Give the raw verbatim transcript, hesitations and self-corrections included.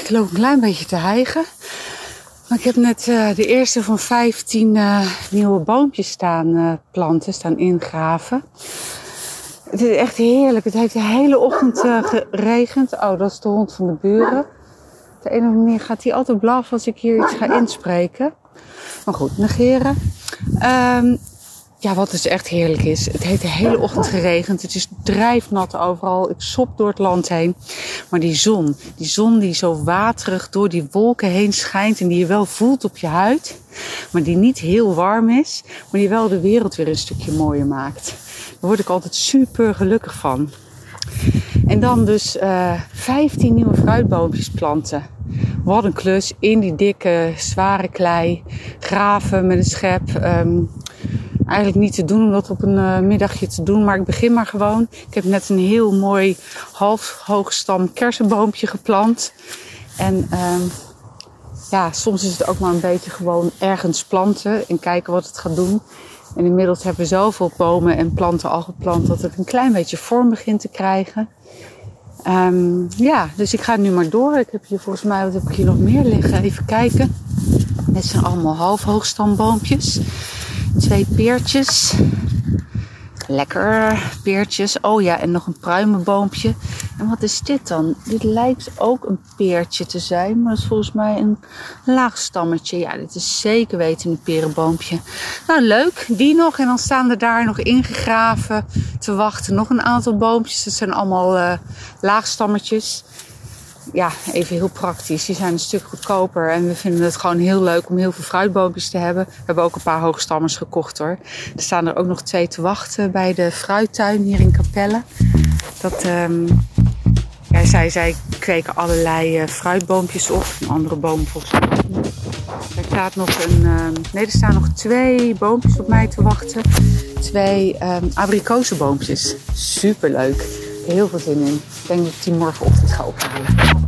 ik loop een klein beetje te hijgen. Maar ik heb net uh, de eerste van vijftien uh, nieuwe boompjes staan uh, planten, staan ingraven. Het is echt heerlijk. Het heeft de hele ochtend uh, geregend. Oh, dat is de hond van de buren. Op de een of andere manier gaat hij altijd blaffen als ik hier iets ga inspreken. Maar goed, negeren. Um, ja, wat dus echt heerlijk is. Het heeft de hele ochtend geregend. Het is drijfnat overal. Ik sop door het land heen. Maar die zon, die zon die zo waterig door die wolken heen schijnt. En die je wel voelt op je huid. Maar die niet heel warm is. Maar die wel de wereld weer een stukje mooier maakt. Daar word ik altijd super gelukkig van. En dan dus uh, vijftien nieuwe fruitboompjes planten. Wat een klus. In die dikke, zware klei. Graven met een schep. Um, eigenlijk niet te doen om dat op een uh, middagje te doen. Maar ik begin maar gewoon. Ik heb net een heel mooi half hoogstam kersenboompje geplant. En um, ja, soms is het ook maar een beetje gewoon ergens planten. En kijken wat het gaat doen. En inmiddels hebben we zoveel bomen en planten al geplant dat het een klein beetje vorm begint te krijgen. Um, ja, dus ik ga nu maar door. Ik heb hier volgens mij, wat heb ik hier nog meer liggen? Even kijken. Dit zijn allemaal half hoogstammboompjes. Twee peertjes. Lekker, peertjes. Oh ja, en nog een pruimenboompje. En wat is dit dan? Dit lijkt ook een peertje te zijn. Maar dat is volgens mij een laag stammetje. Ja, dit is zeker weten een perenboompje. Nou, leuk. Die nog. En dan staan er daar nog ingegraven te wachten. Nog een aantal boompjes. Dat zijn allemaal uh, laagstammetjes. Ja, even heel praktisch. Die zijn een stuk goedkoper. En we vinden het gewoon heel leuk om heel veel fruitboompjes te hebben. We hebben ook een paar hoogstammers gekocht hoor. Er staan er ook nog twee te wachten bij de fruittuin hier in Capelle. Dat, um, ja, zij, zij kweken allerlei uh, fruitboompjes op. Een andere boom volgens mij. Er staat nog een, um, nee, er staan nog twee boompjes op mij te wachten. Twee um, abrikozenboompjes. Superleuk. Heel veel zin in. Ik denk dat ik die morgenochtend ga ophalen.